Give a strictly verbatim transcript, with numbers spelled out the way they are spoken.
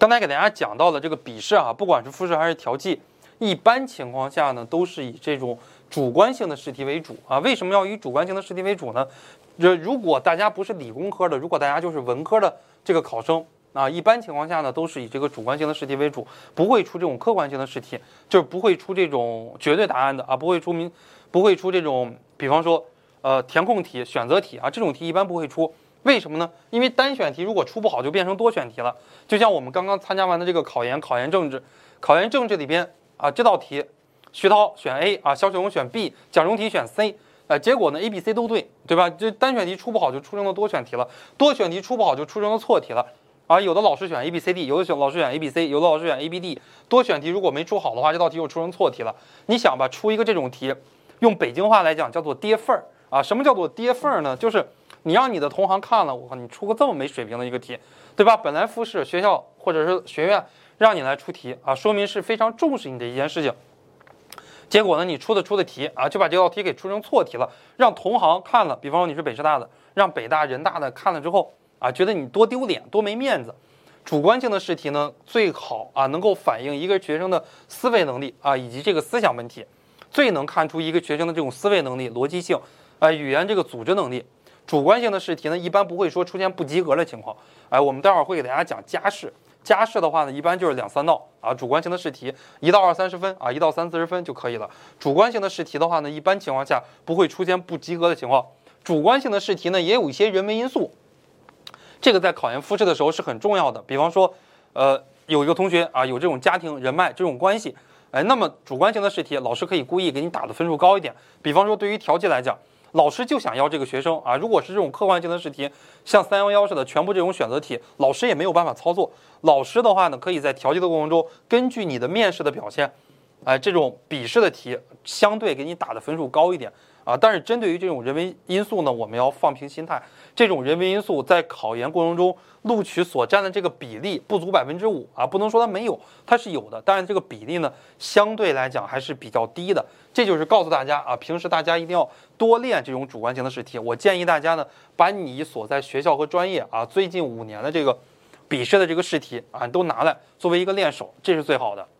刚才给大家讲到了这个笔试啊，不管是复试还是调剂，一般情况下呢，都是以这种主观性的试题为主啊。为什么要以主观性的试题为主呢？这如果大家不是理工科的，如果大家就是文科的这个考生啊，一般情况下呢，都是以这个主观性的试题为主，不会出这种客观性的试题，就是不会出这种绝对答案的啊，不会出明，不会出这种，比方说呃填空题、选择题啊，这种题一般不会出。为什么呢？因为单选题如果出不好，就变成多选题了。就像我们刚刚参加完的这个考研，考研政治，考研政治里边啊，这道题，徐涛选 A 啊，肖雪红选 B， 蒋中题选 C， 呃，结果呢 A、B、C 都对，对吧？这单选题出不好就出成了多选题了，多选题出不好就出成了错题了。啊，有的老师选 A、B、C、D， 有的老师选 A、B、C， 有的老师选 A、B、D， 多选题如果没出好的话，这道题又出成错题了。你想吧，出一个这种题，用北京话来讲叫做跌份儿啊。什么叫做跌份儿呢？就是你让你的同行看了，我靠，你出个这么没水平的一个题，对吧？本来复试学校或者是学院让你来出题啊，说明是非常重视你的一件事情。结果呢，你出的出的题啊，就把这道题给出成错题了，让同行看了，比方说你是北师大的，让北大、人大的看了之后啊，觉得你多丢脸、多没面子。主观性的试题呢，最好啊能够反映一个学生的思维能力啊，以及这个思想问题，最能看出一个学生的这种思维能力、逻辑性啊、语言这个组织能力。主观性的试题呢，一般不会说出现不及格的情况。哎，我们待会儿会给大家讲加试。加试的话呢，一般就是两三道啊，主观性的试题一到二三十分啊，一到三四十分就可以了。主观性的试题的话呢，一般情况下不会出现不及格的情况。主观性的试题呢，也有一些人为因素，这个在考研复试的时候是很重要的。比方说，呃，有一个同学啊，有这种家庭人脉这种关系，哎，那么主观性的试题，老师可以故意给你打的分数高一点。比方说，对于调剂来讲，老师就想要这个学生啊，如果是这种客观性的试题，像三幺幺似的，全部这种选择题，老师也没有办法操作。老师的话呢，可以在调剂的过程中，根据你的面试的表现，哎，这种笔试的题相对给你打的分数高一点啊。但是针对于这种人为因素呢，我们要放平心态。这种人为因素在考研过程中录取所占的这个比例不足百分之五啊，不能说它没有，它是有的，但是这个比例呢，相对来讲还是比较低的。这就是告诉大家啊，平时大家一定要多练这种主观性的试题。我建议大家呢，把你所在学校和专业啊最近五年的这个笔试的这个试题啊，都拿来作为一个练手，这是最好的。